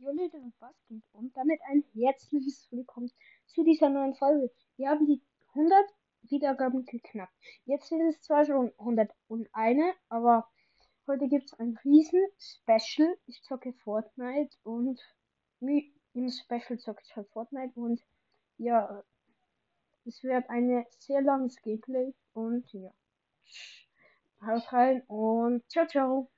Jo Leute, was geht? Und damit ein herzliches Willkommen zu dieser neuen Folge. Wir haben die 100 Wiedergaben geknackt. Jetzt sind es zwar schon 101, aber heute gibt es ein riesen Special. Ich zocke Fortnite und im Special zocke ich halt Fortnite und ja, es wird eine sehr langes Gameplay und ja, haut rein und ciao, ciao.